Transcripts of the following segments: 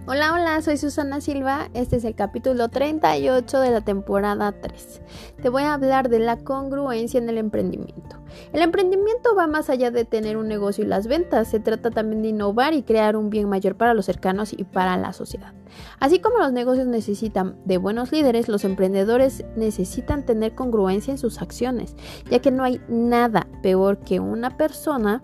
Hola, hola, soy Susana Silva. Este es el capítulo 38 de la temporada 3. Te voy a hablar de la congruencia en el emprendimiento. El emprendimiento va más allá de tener un negocio y las ventas. Se trata también de innovar y crear un bien mayor para los cercanos y para la sociedad. Así como los negocios necesitan de buenos líderes, los emprendedores necesitan tener congruencia en sus acciones, ya que no hay nada peor que una persona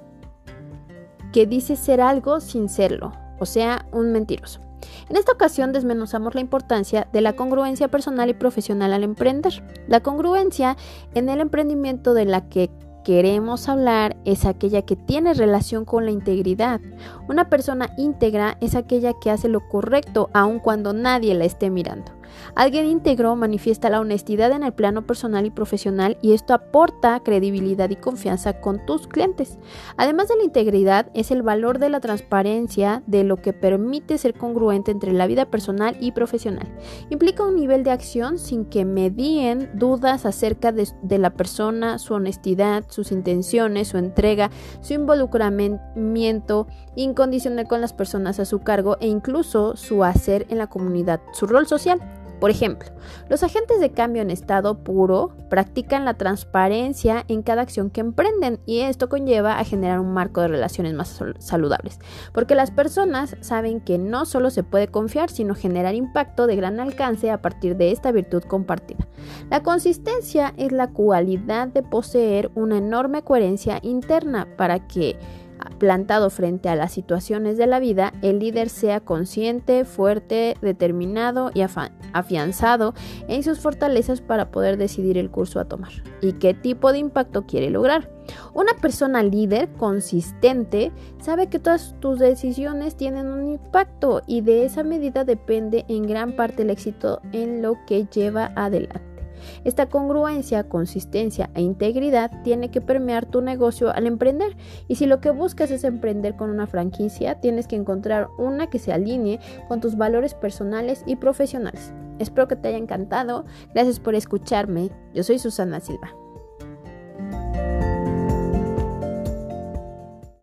que dice ser algo sin serlo, o sea, un mentiroso. En esta ocasión desmenuzamos la importancia de la congruencia personal y profesional al emprender. La congruencia en el emprendimiento de la que queremos hablar es aquella que tiene relación con la integridad. Una persona íntegra es aquella que hace lo correcto aun cuando nadie la esté mirando. Alguien íntegro manifiesta la honestidad en el plano personal y profesional, y esto aporta credibilidad y confianza con tus clientes. Además de la integridad, es el valor de la transparencia, de lo que permite ser congruente entre la vida personal y profesional. Implica un nivel de acción sin que medien dudas acerca de la persona, su honestidad, sus intenciones, su entrega, su involucramiento incondicional con las personas a su cargo e incluso su hacer en la comunidad, su rol social. Por ejemplo, los agentes de cambio en estado puro practican la transparencia en cada acción que emprenden, y esto conlleva a generar un marco de relaciones más saludables, porque las personas saben que no solo se puede confiar, sino generar impacto de gran alcance a partir de esta virtud compartida. La consistencia es la cualidad de poseer una enorme coherencia interna para que, plantado frente a las situaciones de la vida, el líder sea consciente, fuerte, determinado y afianzado en sus fortalezas para poder decidir el curso a tomar y qué tipo de impacto quiere lograr. Una persona líder consistente sabe que todas tus decisiones tienen un impacto, y de esa medida depende en gran parte el éxito en lo que lleva adelante. Esta congruencia, consistencia e integridad tiene que permear tu negocio al emprender, y si lo que buscas es emprender con una franquicia, tienes que encontrar una que se alinee con tus valores personales y profesionales. Espero que te haya encantado. Gracias por escucharme. Yo soy Susana Silva.